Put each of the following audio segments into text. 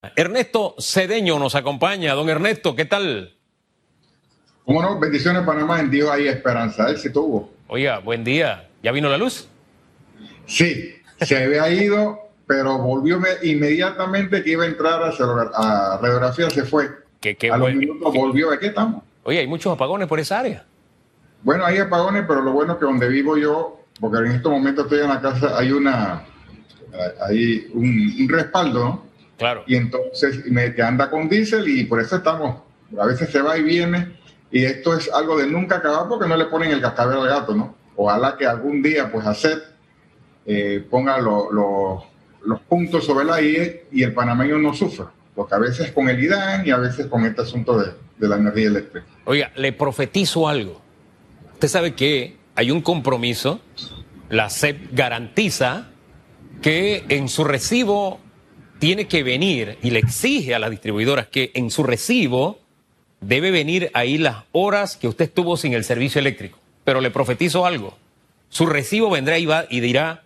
Ernesto Cedeño nos acompaña. Don Ernesto, ¿qué tal? Cómo no, bendiciones Panamá, en Dios hay esperanza, éxito hubo. Oiga, buen día. ¿Ya vino la luz? Sí, se había ido, pero volvió inmediatamente que iba a entrar a radiografía, se fue. Qué A los bueno. minutos volvió, aquí estamos. Oye, hay muchos apagones por esa área. Bueno, hay apagones, pero lo bueno es que donde vivo yo, porque en estos momentos estoy en la casa, hay un respaldo, ¿no? Claro. Y entonces que anda con diésel y por eso estamos, a veces se va y viene, y esto es algo de nunca acabar porque no le ponen el cascabel al gato, ¿no? Ojalá que algún día, pues, ponga los puntos sobre la IE y el panameño no sufra, porque a veces con el IDAN y a veces con este asunto de la energía eléctrica. Oiga, le profetizo algo. Usted sabe que hay un compromiso, la SEP garantiza que en su recibo tiene que venir y le exige a las distribuidoras que en su recibo debe venir ahí las horas que usted estuvo sin el servicio eléctrico. Pero le profetizo algo. Su recibo vendrá y dirá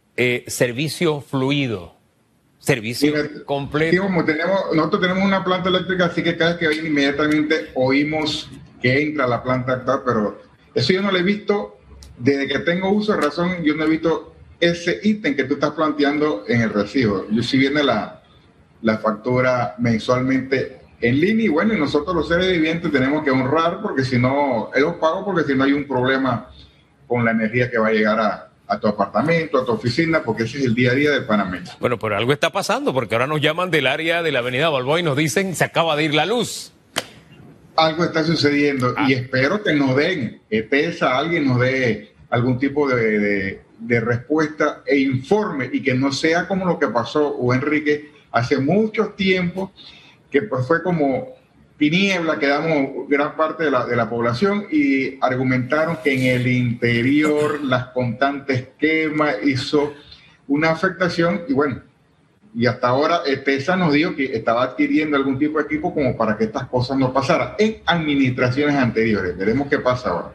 servicio fluido, servicio completo. Sí, como nosotros tenemos una planta eléctrica, así que cada vez que viene inmediatamente oímos que entra la planta actual, pero eso yo no lo he visto desde que tengo uso de razón. Yo no he visto ese ítem que tú estás planteando en el recibo. Yo sí viene la factura mensualmente en línea, y bueno, y nosotros los seres vivientes tenemos que honrar, porque si no, los pago, porque si no hay un problema con la energía que va a llegar a tu apartamento, a tu oficina, porque ese es el día a día del panameño. Bueno, pero algo está pasando, porque ahora nos llaman del área de la avenida Balboa y nos dicen se acaba de ir la luz. Algo está sucediendo y espero que nos den, alguien nos dé algún tipo de respuesta e informe, y que no sea como lo que pasó, o Enrique, hace mucho tiempo, que pues fue como tiniebla, quedamos gran parte de la población, y argumentaron que en el interior las constantes quemas hizo una afectación, y bueno, y hasta ahora EPESA nos dijo que estaba adquiriendo algún tipo de equipo como para que estas cosas no pasaran en administraciones anteriores. Veremos qué pasa ahora.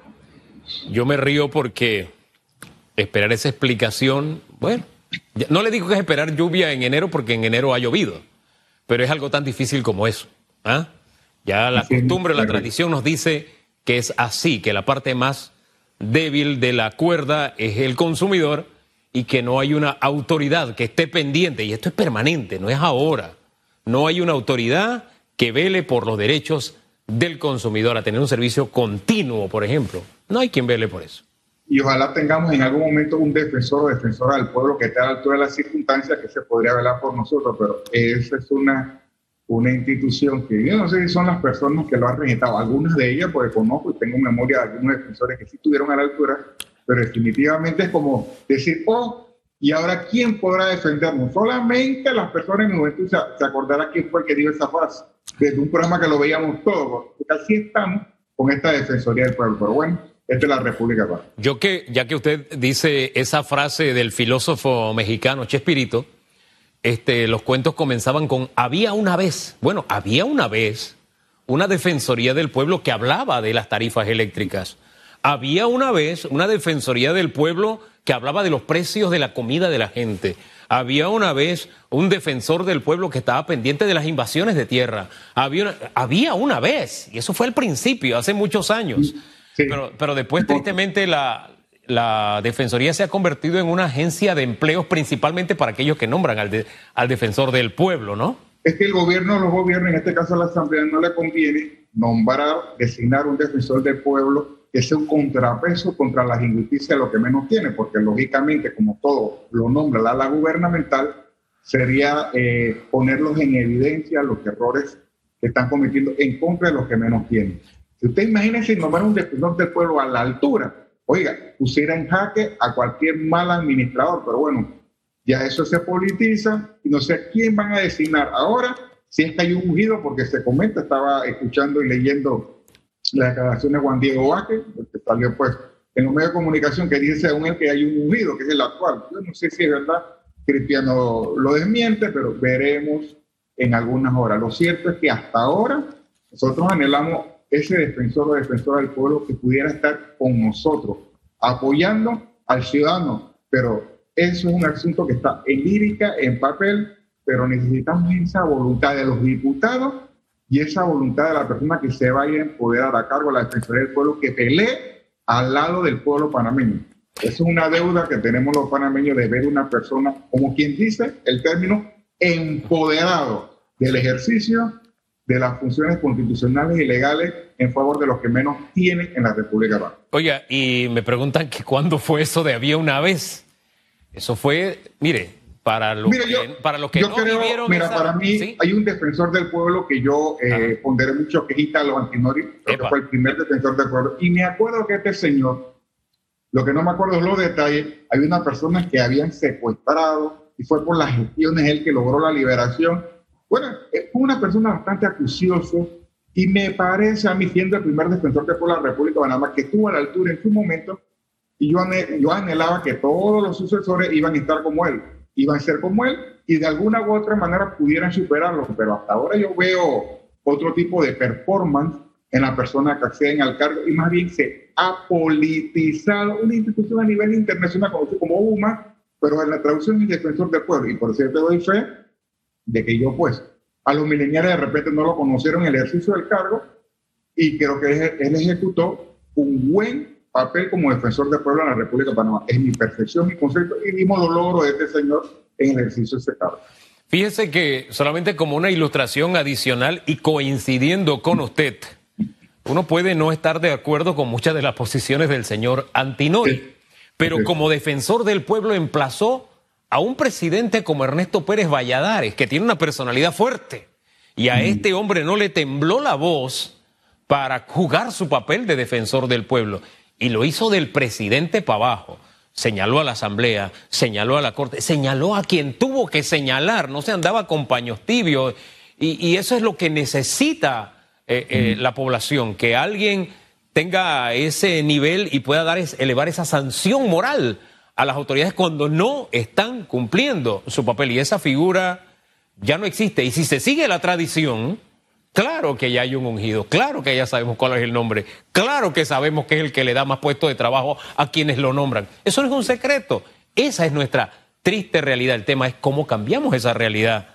Yo me río porque esperar esa explicación, bueno, no le digo que es esperar lluvia en enero, porque en enero ha llovido, pero es algo tan difícil como eso. ¿Ah? Ya la costumbre, la tradición nos dice que es así, que la parte más débil de la cuerda es el consumidor y que no hay una autoridad que esté pendiente, y esto es permanente, no es ahora, no hay una autoridad que vele por los derechos del consumidor a tener un servicio continuo, por ejemplo. No hay quien vele por eso. Y ojalá tengamos en algún momento un defensor o defensora del pueblo que esté a la altura de las circunstancias, que se podría velar por nosotros, pero esa es una institución que yo no sé si son las personas que lo han registrado, algunas de ellas, porque conozco y tengo memoria de algunos defensores que sí estuvieron a la altura, pero definitivamente es como decir, ¿y ahora quién podrá defendernos? Solamente las personas en el momento se acordará quién fue el que dio esa frase, desde un programa que lo veíamos todos, porque así estamos con esta Defensoría del Pueblo. Pero bueno, esta es la República. Ya que usted dice esa frase del filósofo mexicano Chespirito, los cuentos comenzaban con había una vez una Defensoría del Pueblo que hablaba de las tarifas eléctricas. Había una vez una Defensoría del Pueblo que hablaba de los precios de la comida de la gente. Había una vez un defensor del pueblo que estaba pendiente de las invasiones de tierra. Había una vez, y eso fue al principio, hace muchos años. Sí. Pero después, tristemente, la Defensoría se ha convertido en una agencia de empleos, principalmente para aquellos que nombran al defensor del pueblo, ¿no? Es que los gobiernos, en este caso a la Asamblea, no le conviene designar un defensor del pueblo que sea un contrapeso contra las injusticias de lo que menos tiene, porque lógicamente, como todo lo nombra la ala gubernamental, sería ponerlos en evidencia los errores que están cometiendo en contra de los que menos tienen. Si usted imagínese nombrar un defensor del pueblo a la altura, oiga, pusiera en jaque a cualquier mal administrador, pero bueno, ya eso se politiza y no sé quién van a designar ahora, si es que hay un ungido, porque se comenta, estaba escuchando y leyendo la declaración de Juan Diego Vázquez, que salió pues en los medios de comunicación, que dice según él que hay un ungido, que es el actual. Yo no sé si es verdad, Cristiano lo desmiente, pero veremos en algunas horas. Lo cierto es que hasta ahora nosotros anhelamos ese defensor o defensora del pueblo que pudiera estar con nosotros, apoyando al ciudadano, pero eso es un asunto que está en lírica, en papel, pero necesitamos esa voluntad de los diputados y esa voluntad de la persona que se vaya a empoderar a cargo de la Defensoría del Pueblo, que pelee al lado del pueblo panameño. Esa es una deuda que tenemos los panameños de ver una persona, como quien dice el término, empoderado del ejercicio de las funciones constitucionales y legales en favor de los que menos tienen en la República Banana. Oiga, y me preguntan que cuándo fue eso de había una vez. Eso fue, mire, para los que no creo, vivieron... Mira, esa, para mí ¿sí? Hay un defensor del pueblo que yo ponderé mucho, que es Italo Antinori, creo que fue el primer defensor del pueblo. Y me acuerdo que este señor, lo que no me acuerdo es los detalles, hay una persona que habían secuestrado y fue por las gestiones él que logró la liberación. Bueno, fue una persona bastante acucioso y me parece a mí, siendo el primer defensor del pueblo de la República de Panamá, que estuvo a la altura en su momento, y yo anhelaba que todos los sucesores iban a estar como él, iban a ser como él y de alguna u otra manera pudieran superarlo, pero hasta ahora yo veo otro tipo de performance en la persona que acceden al cargo y más bien se ha politizado una institución a nivel internacional conocida como UMA, pero en la traducción es defensor del pueblo. Y por cierto doy fe de que yo pues a los mileniales de repente no lo conocieron en el ejercicio del cargo y creo que él ejecutó un buen papel como defensor del pueblo en la República de Panamá. Es mi percepción, mi concepto y vimos los logros de este señor en el ejercicio de ese cargo. Fíjese que solamente como una ilustración adicional y coincidiendo con usted, uno puede no estar de acuerdo con muchas de las posiciones del señor Antinori, pero como defensor del pueblo emplazó a un presidente como Ernesto Pérez Valladares, que tiene una personalidad fuerte, y a este hombre no le tembló la voz para jugar su papel de defensor del pueblo, y lo hizo del presidente para abajo. Señaló a la Asamblea, señaló a la Corte, señaló a quien tuvo que señalar, no se andaba con paños tibios, y eso es lo que necesita la población, que alguien tenga ese nivel y pueda elevar esa sanción moral a las autoridades cuando no están cumpliendo su papel. Y esa figura ya no existe. Y si se sigue la tradición, claro que ya hay un ungido, claro que ya sabemos cuál es el nombre, claro que sabemos que es el que le da más puestos de trabajo a quienes lo nombran. Eso no es un secreto. Esa es nuestra triste realidad. El tema es cómo cambiamos esa realidad,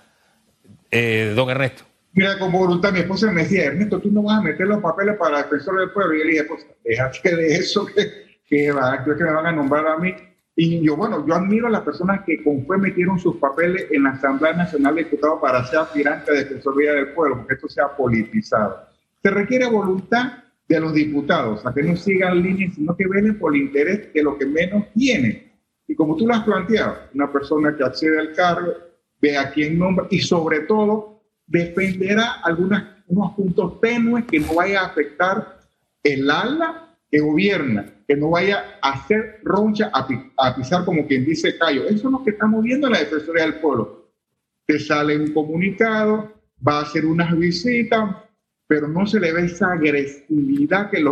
don Ernesto. Mira, con voluntad, mi esposa me decía, Ernesto, tú no vas a meter los papeles para defensor del pueblo. Y yo le dije, pues, déjate de eso, que me van a nombrar a mí. Y yo, bueno, yo admiro a las personas que con fe metieron sus papeles en la Asamblea Nacional de Diputados para ser aspirante a Defensoría del Pueblo, porque esto sea politizado. Se requiere voluntad de los diputados, a que no sigan líneas, sino que velen por el interés de lo que menos tienen. Y como tú lo has planteado, una persona que accede al cargo, ve a quién nombra y sobre todo defenderá unos puntos tenues que no vaya a afectar el ala que gobierna, que no vaya a hacer roncha, a pisar como quien dice callo. Eso es lo que estamos viendo en la Defensoría del Pueblo. Te sale un comunicado, va a hacer unas visitas, pero no se le ve esa agresividad que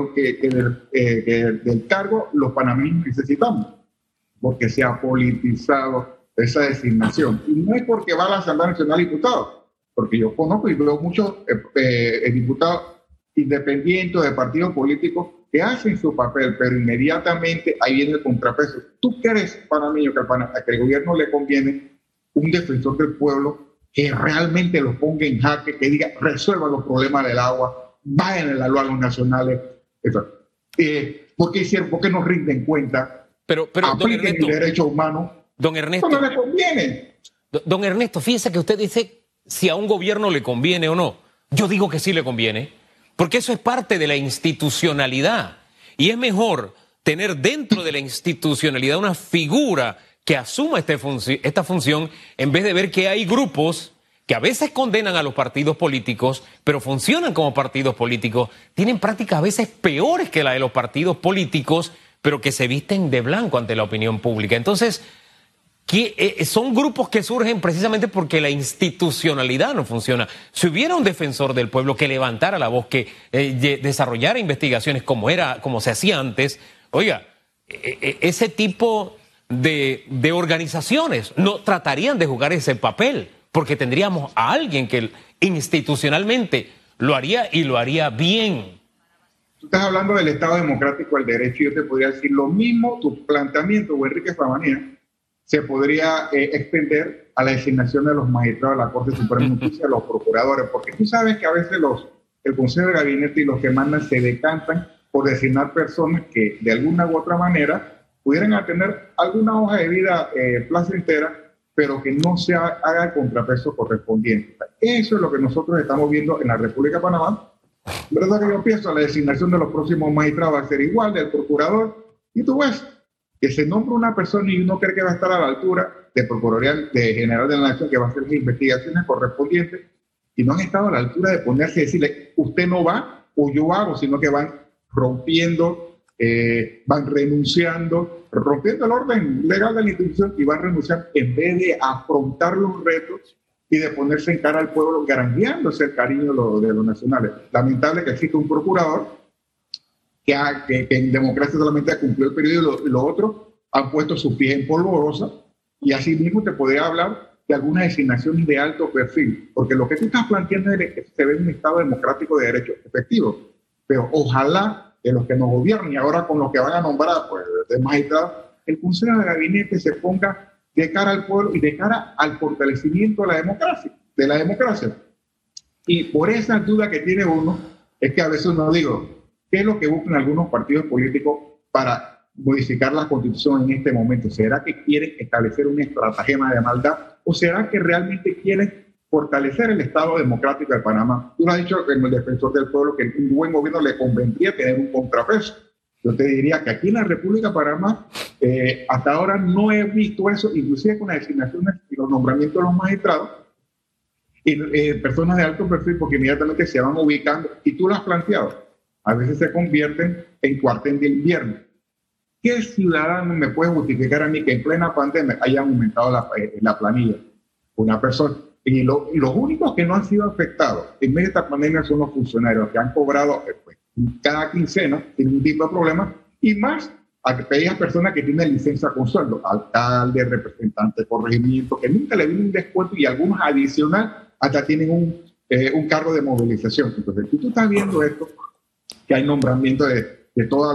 del cargo los panameños necesitamos, porque se ha politizado esa designación. Y no es porque va a la Asamblea Nacional de Diputados, porque yo conozco y veo muchos diputados independientes de partidos políticos que hacen su papel, pero inmediatamente ahí viene el contrapeso. ¿Tú crees, panameño, que el gobierno le conviene un defensor del pueblo que realmente lo ponga en jaque, que diga, resuelva los problemas del agua, vayan a evaluar los nacionales? ¿Por qué no rinden cuenta? Pero apliquen el derecho humano. Don Ernesto, eso no le conviene. Don Ernesto, fíjese que usted dice si a un gobierno le conviene o no. Yo digo que sí le conviene, porque eso es parte de la institucionalidad. Y es mejor tener dentro de la institucionalidad una figura que asuma esta función en vez de ver que hay grupos que a veces condenan a los partidos políticos, pero funcionan como partidos políticos, tienen prácticas a veces peores que la de los partidos políticos, pero que se visten de blanco ante la opinión pública. Entonces, son grupos que surgen precisamente porque la institucionalidad no funciona. Si hubiera un defensor del pueblo que levantara la voz, que desarrollara investigaciones como se hacía antes, oiga, ese tipo de organizaciones no tratarían de jugar ese papel, porque tendríamos a alguien que institucionalmente lo haría y lo haría bien. Tú estás hablando del Estado democrático del derecho y yo te podría decir lo mismo, tu planteamiento, o Enrique Famanía, se podría extender a la designación de los magistrados de la Corte Suprema de Justicia, de los procuradores, porque tú sabes que a veces el Consejo de Gabinete y los que mandan se decantan por designar personas que de alguna u otra manera pudieran tener alguna hoja de vida placentera, pero que no se haga el contrapeso correspondiente. Eso es lo que nosotros estamos viendo en la República de Panamá. ¿Verdad que yo pienso? La designación de los próximos magistrados va a ser igual, del procurador, y tú ves que se nombra una persona y uno cree que va a estar a la altura de Procuraduría de General de la Nación, que va a hacer las investigaciones correspondientes, y no han estado a la altura de ponerse y decirle, usted no va o yo hago, sino que van rompiendo, van renunciando, rompiendo el orden legal de la institución y van renunciando en vez de afrontar los retos y de ponerse en cara al pueblo, garantiándose el cariño de los nacionales. Lamentable que exista un procurador que en democracia solamente ha cumplido el periodo y los otros han puesto sus pies en polvorosa, y así mismo te podría hablar de algunas designaciones de alto perfil, porque lo que tú estás planteando es que se ve un Estado democrático de derecho efectivo, pero ojalá que los que nos gobiernen y ahora con los que van a nombrar pues, de magistrados, el Consejo de Gabinete se ponga de cara al pueblo y de cara al fortalecimiento de la democracia. Y por esa duda que tiene uno, es que a veces uno digo, ¿qué es lo que buscan algunos partidos políticos para modificar la Constitución en este momento? ¿Será que quieren establecer una estratagema de maldad o será que realmente quieren fortalecer el Estado democrático de Panamá? Tú lo has dicho en el Defensor del Pueblo que un buen gobierno le convendría tener un contrapeso. Yo te diría que aquí en la República de Panamá hasta ahora no he visto eso, inclusive con las designaciones y los nombramientos de los magistrados y personas de alto perfil, porque inmediatamente se van ubicando, y tú lo has planteado, a veces se convierten en cuartel de invierno. ¿Qué ciudadano me puede justificar a mí que en plena pandemia hayan aumentado la planilla? Una persona. Y los únicos que no han sido afectados en medio de esta pandemia son los funcionarios que han cobrado pues, cada quincena sin ningún tipo de problema, y más a aquellas personas que tienen licencia con sueldo, alcalde, representante, corregimiento, que nunca le viene un descuento y algunos adicional hasta tienen un cargo de movilización. Entonces, tú estás viendo esto, que hay nombramiento de toda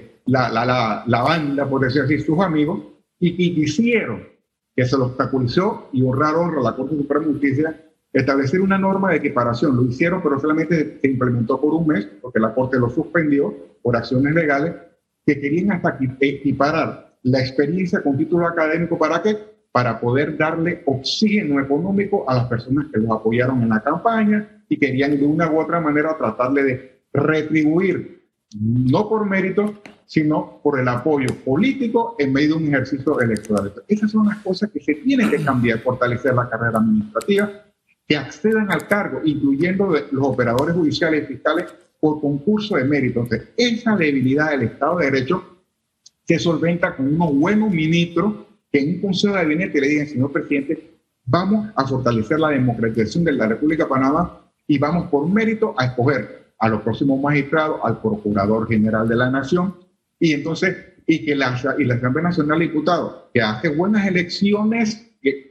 la banda, por decir así, sus amigos, y que quisieron que se lo obstaculizó y honraron la Corte Suprema de Justicia establecer una norma de equiparación. Lo hicieron, pero solamente se implementó por un mes, porque la Corte lo suspendió por acciones legales, que querían hasta equiparar la experiencia con título académico. ¿Para qué? Para poder darle oxígeno económico a las personas que los apoyaron en la campaña y querían de una u otra manera tratarle de retribuir, no por mérito, sino por el apoyo político en medio de un ejercicio electoral. Esas son las cosas que se tienen que cambiar, fortalecer la carrera administrativa, que accedan al cargo, incluyendo los operadores judiciales y fiscales, por concurso de mérito. Entonces, esa debilidad del Estado de Derecho se solventa con unos buenos ministros que en un Consejo de Gabinete le digan, señor presidente, vamos a fortalecer la democratización de la República de Panamá y vamos por mérito a escoger a los próximos magistrados, al Procurador General de la Nación, y entonces, y la Asamblea Nacional de Diputados, que hace buenas elecciones, que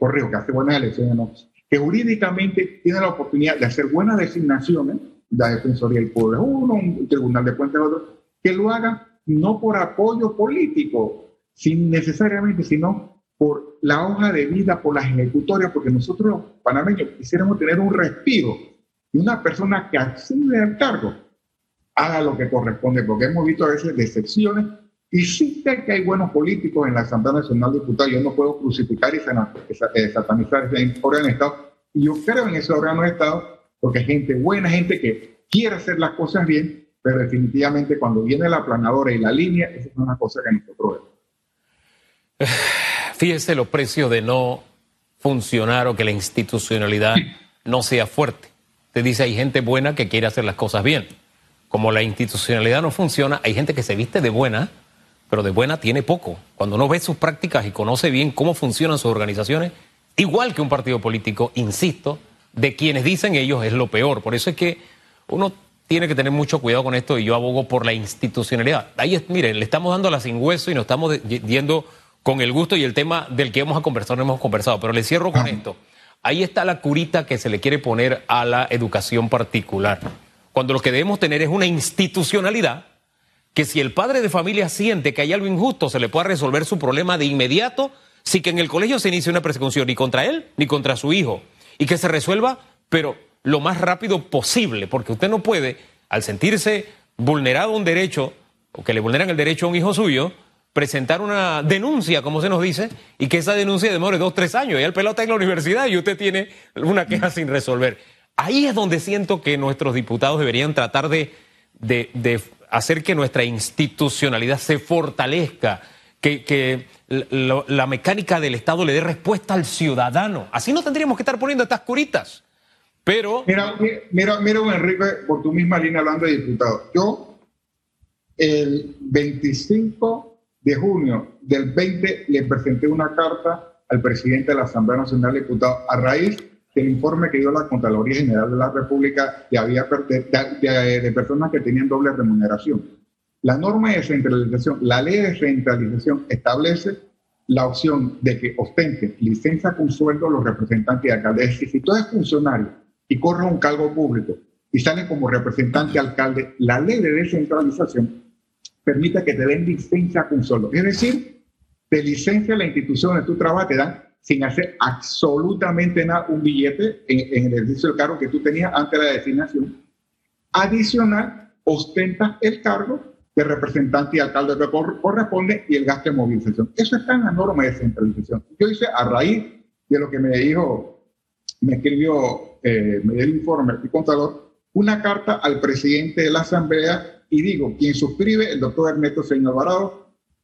jurídicamente tiene la oportunidad de hacer buenas designaciones, la Defensoría del Pueblo es uno, un Tribunal de Cuentas es otro, que lo haga no por apoyo político, sin necesariamente, sino por la hoja de vida, por las ejecutorias, porque nosotros los panameños quisiéramos tener un respiro y una persona que accede al cargo haga lo que corresponde, porque hemos visto a veces decepciones, y sí sé que hay buenos políticos en la Asamblea Nacional de Diputados. Yo no puedo crucificar y satanizar ese órgano de Estado, y yo creo en ese órgano de Estado porque hay gente buena, gente que quiere hacer las cosas bien, pero definitivamente cuando viene la planadora y la línea, esa es una cosa que nosotros vemos. Fíjese los precios de no funcionar o que la institucionalidad no sea fuerte. Te dice, hay gente buena que quiere hacer las cosas bien. Como la institucionalidad no funciona, hay gente que se viste de buena, pero de buena tiene poco. Cuando uno ve sus prácticas y conoce bien cómo funcionan sus organizaciones, igual que un partido político, insisto, de quienes dicen ellos es lo peor. Por eso es que uno tiene que tener mucho cuidado con esto, y yo abogo por la institucionalidad. Ahí miren, le estamos dando la sin hueso y nos estamos yendo con el gusto y el tema del que vamos a conversar, no hemos conversado, pero le cierro con esto. Ahí está la curita que se le quiere poner a la educación particular, cuando lo que debemos tener es una institucionalidad que, si el padre de familia siente que hay algo injusto, se le pueda resolver su problema de inmediato, sin que en el colegio se inicie una persecución ni contra él ni contra su hijo, y que se resuelva, pero lo más rápido posible, porque usted no puede, al sentirse vulnerado un derecho, o que le vulneran el derecho a un hijo suyo, presentar una denuncia, como se nos dice, y que esa denuncia demore 2 o 3 años. Y el pelota en la universidad y usted tiene una queja sin resolver. Ahí es donde siento que nuestros diputados deberían tratar de hacer que nuestra institucionalidad se fortalezca, que la mecánica del Estado le dé respuesta al ciudadano. Así no tendríamos que estar poniendo estas curitas. Pero... Mira, Enrique, por tu misma línea hablando de diputados. Yo, el 25 de junio del 20, le presenté una carta al presidente de la Asamblea Nacional de Diputados a raíz del informe que dio la Contraloría General de la República de personas que tenían doble remuneración. La norma de descentralización, la ley de descentralización establece la opción de que ostenten licencia con sueldo los representantes de alcalde. Es decir, si tú eres funcionario y corres un cargo público y sales como representante alcalde, la ley de descentralización permite que te den licencia con sueldo. Es decir, te licencia la institución donde tú trabajas, te dan sin hacer absolutamente nada un billete en el ejercicio del cargo que tú tenías antes de la designación. Adicional, ostentas el cargo de representante y alcalde que corresponde y el gasto de movilización. Eso está en la norma de descentralización. Yo hice, a raíz de lo que me dijo, me escribió, me dio el informe el contador, una carta al presidente de la Asamblea y digo, quien suscribe, el doctor Ernesto Señor Alvarado,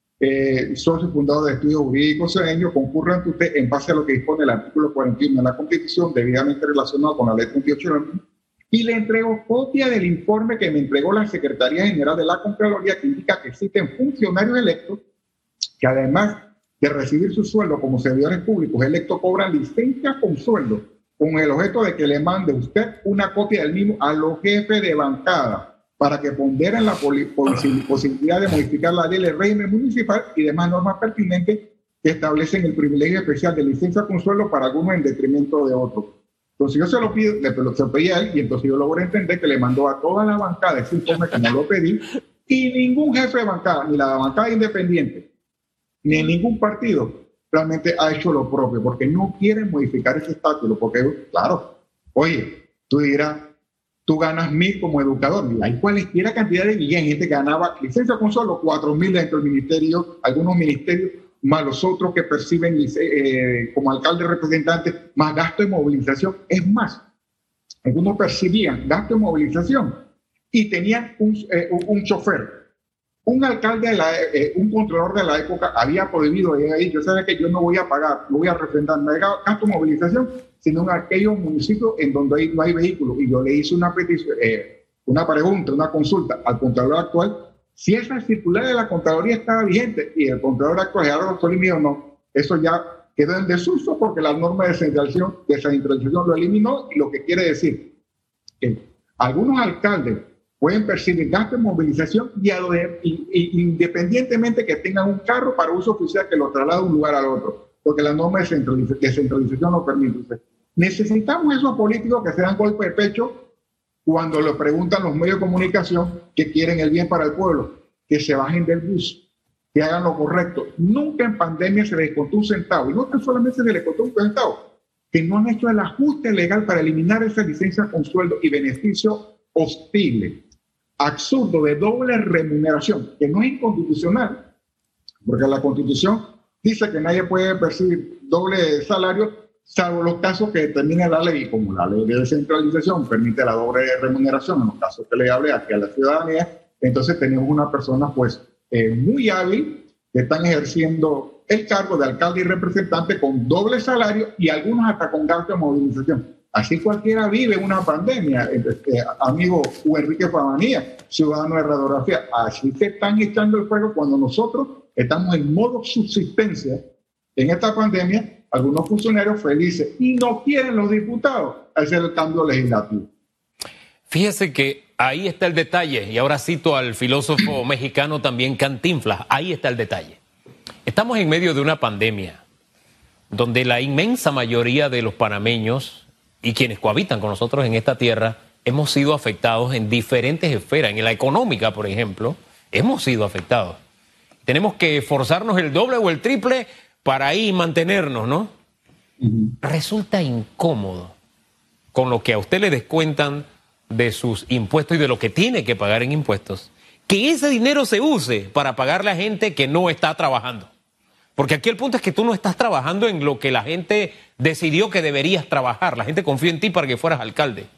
socio fundador de Estudios Jurídicos Cedeño, concurre ante usted en base a lo que dispone el artículo 41 de la Constitución, debidamente relacionado con la ley 38 de la, y le entrego copia del informe que me entregó la Secretaría General de la Contraloría, que indica que existen funcionarios electos que además de recibir su sueldo como servidores públicos electos cobran licencia con sueldo, con el objeto de que le mande usted una copia del mismo a los jefes de bancada para que ponderen la posibilidad de modificar la ley del régimen municipal y demás normas pertinentes que establecen el privilegio especial de licencia con sueldo para algunos en detrimento de otros. Entonces yo se lo pido, se lo pedí a él y entonces yo logré entender que le mandó a toda la bancada ese informe que no lo pedí y ningún jefe de bancada, ni la bancada independiente, ni ningún partido realmente ha hecho lo propio porque no quieren modificar ese estatus, porque claro, oye, tú dirás, tú ganas 1.000 como educador, y hay cualquiera cantidad de billetes, gente que ganaba licencia con solo 4.000 dentro del ministerio, algunos ministerios, más los otros que perciben como alcalde representante, más gasto de movilización. Es más, algunos percibían gasto de movilización y tenían un chofer. Un alcalde, un controlador de la época había prohibido, había dicho, ¿sabes qué? Yo no voy a pagar, no voy a refrendar, no hay gasto de movilización, sino en aquellos municipios en donde no hay vehículos. Y yo le hice una petición, una pregunta, una consulta al Contralor actual, si esa circular de la Contraloría estaba vigente, y el Contralor actual, Gerardo Solís, me dijo, no, eso ya quedó en desuso porque la norma de descentralización lo eliminó, y lo que quiere decir que algunos alcaldes pueden percibir gasto de movilización independientemente que tengan un carro para uso oficial que lo traslade de un lugar al otro, porque la norma de descentralización lo permite. Necesitamos esos políticos que se dan golpe de pecho cuando le preguntan los medios de comunicación que quieren el bien para el pueblo, que se bajen del bus, que hagan lo correcto. Nunca en pandemia se les contó un centavo, y no tan solamente se les contó un centavo, que no han hecho el ajuste legal para eliminar esa licencia con sueldo y beneficio hostil, absurdo, de doble remuneración, que no es inconstitucional, porque la Constitución dice que nadie puede percibir doble salario, salvo los casos que determina la ley, como la ley de descentralización permite la doble remuneración en los casos que le hablé aquí a la ciudadanía. Entonces tenemos una persona pues muy hábil que están ejerciendo el cargo de alcalde y representante con doble salario y algunos hasta con gasto de movilización. Así cualquiera vive una pandemia, amigo Enrique Fabanía, ciudadano de radiografía. Así se están echando el fuego cuando nosotros estamos en modo subsistencia en esta pandemia. Algunos funcionarios felices y no quieren los diputados hacer el cambio legislativo. Fíjese que ahí está el detalle, y ahora cito al filósofo mexicano también Cantinflas, ahí está el detalle. Estamos en medio de una pandemia donde la inmensa mayoría de los panameños y quienes cohabitan con nosotros en esta tierra hemos sido afectados en diferentes esferas. En la económica, por ejemplo, hemos sido afectados. Tenemos que esforzarnos el doble o el triple para ahí mantenernos, ¿no? Resulta incómodo con lo que a usted le descuentan de sus impuestos y de lo que tiene que pagar en impuestos, que ese dinero se use para pagarle a gente que no está trabajando. Porque aquí el punto es que tú no estás trabajando en lo que la gente decidió que deberías trabajar. La gente confió en ti para que fueras alcalde.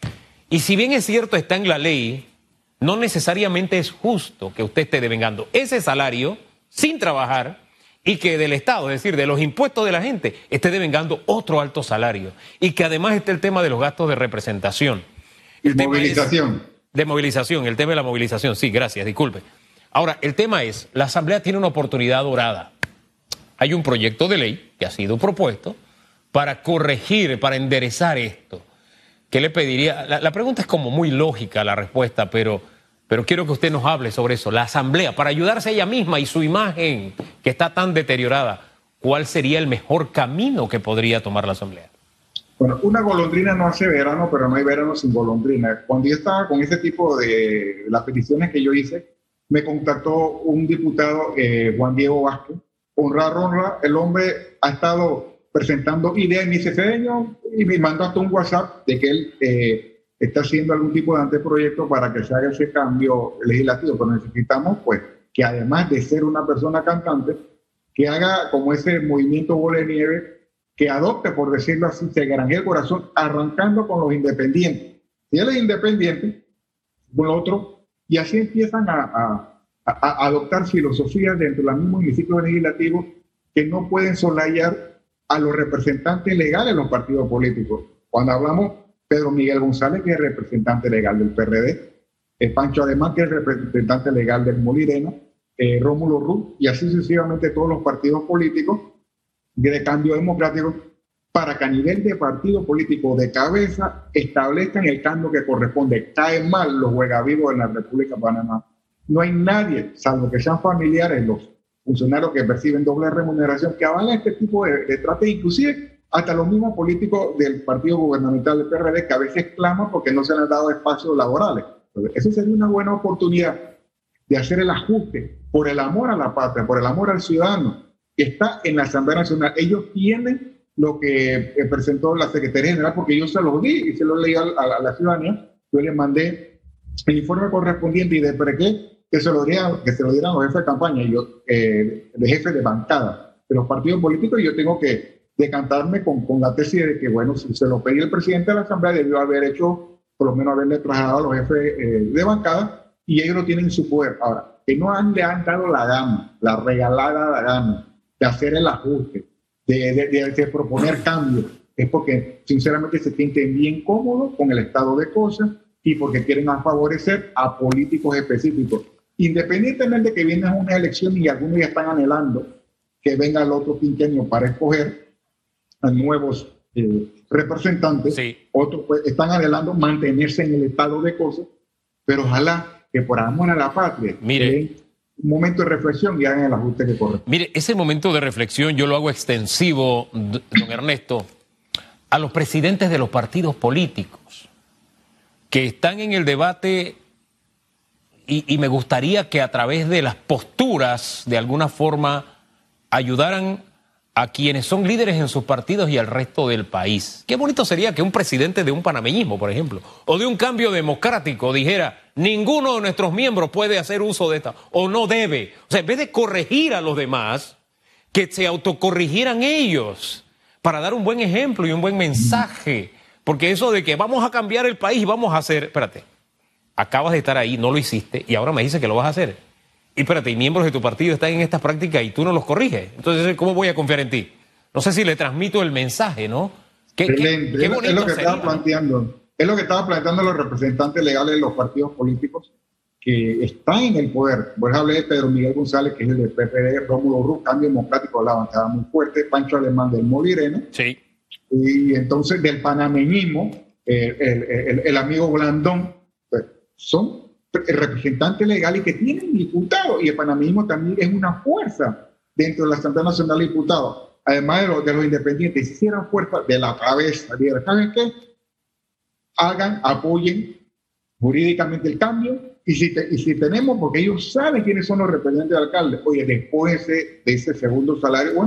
Y si bien es cierto, está en la ley, no necesariamente es justo que usted esté devengando ese salario sin trabajar y que del Estado, es decir, de los impuestos de la gente, esté devengando otro alto salario. Y que además esté el tema de los gastos de representación. El movilización. De movilización, el tema de la movilización. Sí, gracias, disculpe. Ahora, el tema es, la Asamblea tiene una oportunidad dorada. Hay un proyecto de ley que ha sido propuesto para corregir, para enderezar esto. ¿Qué le pediría? La pregunta es como muy lógica la respuesta, pero quiero que usted nos hable sobre eso. La Asamblea, para ayudarse a ella misma y su imagen que está tan deteriorada, ¿cuál sería el mejor camino que podría tomar la Asamblea? Bueno, una golondrina no hace verano, pero no hay verano sin golondrina. Cuando yo estaba con ese tipo de las peticiones que yo hice, me contactó un diputado, Juan Diego Vázquez. Honra, el hombre ha estado presentando ideas y me dice, Cedeño, y me mandó hasta un WhatsApp de que él está haciendo algún tipo de anteproyecto para que se haga ese cambio legislativo, pero necesitamos pues que además de ser una persona cantante, que haga como ese movimiento bola de nieve, que adopte, por decirlo así, se granjee el corazón, arrancando con los independientes. Si él es independiente, con otro, y así empiezan a adoptar filosofías dentro del mismo hemiciclo legislativo que no pueden solayar a los representantes legales de los partidos políticos. Cuando hablamos, Pedro Miguel González, que es representante legal del PRD, Pancho Ademán, que es representante legal del Molirena, Rómulo Ruz, y así sucesivamente todos los partidos políticos de cambio democrático, para que a nivel de partido político de cabeza establezcan el cambio que corresponde. Caen mal los juegavivos en la República de Panamá. No hay nadie, salvo que sean familiares, los funcionarios que perciben doble remuneración, que avalan este tipo de estrategia, inclusive hasta los mismos políticos del partido gubernamental del PRD, que a veces claman porque no se les han dado espacios laborales. Entonces, eso sería una buena oportunidad de hacer el ajuste por el amor a la patria, por el amor al ciudadano, que está en la Asamblea Nacional. Ellos tienen lo que presentó la Secretaría General, porque yo se los di y se los leí a la ciudadanía. Yo les mandé el informe correspondiente y de qué que se lo dieran los jefes de campaña, y yo, de jefes de bancada de los partidos políticos, y yo tengo que decantarme con la tesis de que, bueno, si se lo pedí el presidente de la Asamblea, debió haber hecho, por lo menos haberle trasladado a los jefes de bancada, y ellos lo tienen en su poder. Ahora, que no le han dado la gana, la regalada gana de hacer el ajuste, de proponer cambios, es porque sinceramente se sienten bien cómodos con el estado de cosas y porque quieren favorecer a políticos específicos. Independientemente de que vienen una elección y algunos ya están anhelando que venga el otro quinquenio para escoger a nuevos representantes, sí. Otros pues, están anhelando mantenerse en el estado de cosas, pero ojalá que por amor a la patria, mire, un momento de reflexión y hagan el ajuste que corresponde. Mire, ese momento de reflexión yo lo hago extensivo, don Ernesto, a los presidentes de los partidos políticos que están en el debate y me gustaría que a través de las posturas de alguna forma ayudaran a quienes son líderes en sus partidos y al resto del país. Qué bonito sería que un presidente de un panameñismo, por ejemplo, o de un cambio democrático dijera, ninguno de nuestros miembros puede hacer uso de esta, o no debe. O sea, en vez de corregir a los demás, que se autocorrigieran ellos para dar un buen ejemplo y un buen mensaje. Porque eso de que vamos a cambiar el país y vamos a hacer... Espérate, acabas de estar ahí, no lo hiciste y ahora me dices que lo vas a hacer. Y espérate, y miembros de tu partido están en estas prácticas y tú no los corriges. Entonces, ¿cómo voy a confiar en ti? No sé si le transmito el mensaje, ¿no? Qué bonito es lo que sería, estaba planteando. Es lo que estaban planteando los representantes legales de los partidos políticos que están en el poder. Por ejemplo, hablé de Pedro Miguel González, que es el del PPD, Rómulo Ruz, Cambio Democrático de la bancada muy fuerte, Pancho Alemán del Molirena. Sí. Y entonces del panameñismo, el amigo Blandón, pues, son representantes legales que tienen diputados, y el panameñismo también es una fuerza dentro de la Asamblea Nacional de Diputados, además de los independientes. Si hicieran fuerza de la cabeza, ¿saben qué? Hagan, apoyen jurídicamente el cambio, y si tenemos, porque ellos saben quiénes son los representantes de alcalde, oye, después de ese segundo salario, bueno,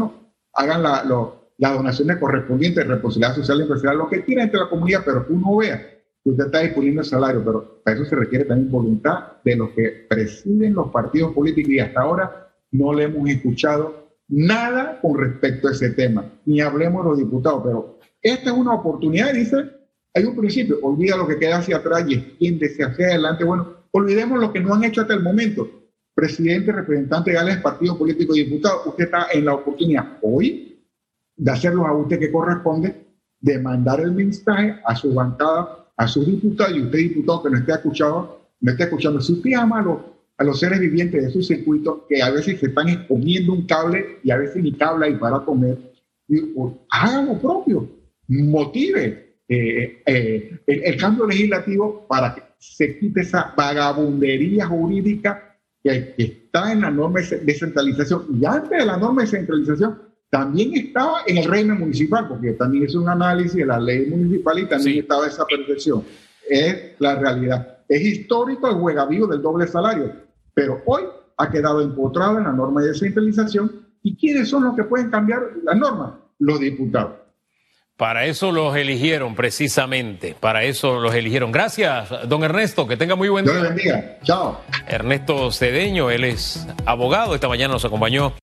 hagan las donaciones correspondientes, responsabilidad social y empresarial, lo que quieran entre la comunidad, pero que uno vea que usted está disponiendo el salario, pero para eso se requiere también voluntad de los que presiden los partidos políticos, y hasta ahora no le hemos escuchado nada con respecto a ese tema, ni hablemos de los diputados, pero esta es una oportunidad, dice, hay un principio, olvida lo que queda hacia atrás y extiéndese hacia adelante. Bueno, olvidemos lo que no han hecho hasta el momento. Presidente, representante legales, partidos políticos y diputados, usted está en la oportunidad hoy de hacer los ajustes que corresponde, de mandar el mensaje a su bancada, a sus diputados, y usted, diputado que no esté escuchando, si usted ama a los seres vivientes de su circuito, que a veces se están comiendo un cable y a veces ni cable hay para comer, haga lo propio, motive el cambio legislativo para que se quite esa vagabundería jurídica que está en la norma de descentralización. Y antes de la norma de descentralización también estaba en el régimen municipal, porque también es un análisis de la ley municipal y también estaba esa percepción. Es la realidad. Es histórico el juegavío del doble salario, pero hoy ha quedado empotrado en la norma de descentralización. ¿Y quiénes son los que pueden cambiar la norma? Los diputados. Para eso los eligieron, precisamente. Para eso los eligieron. Gracias, don Ernesto. Que tenga muy buen día. Dios le bendiga. Chao. Ernesto Cedeño, él es abogado. Esta mañana nos acompañó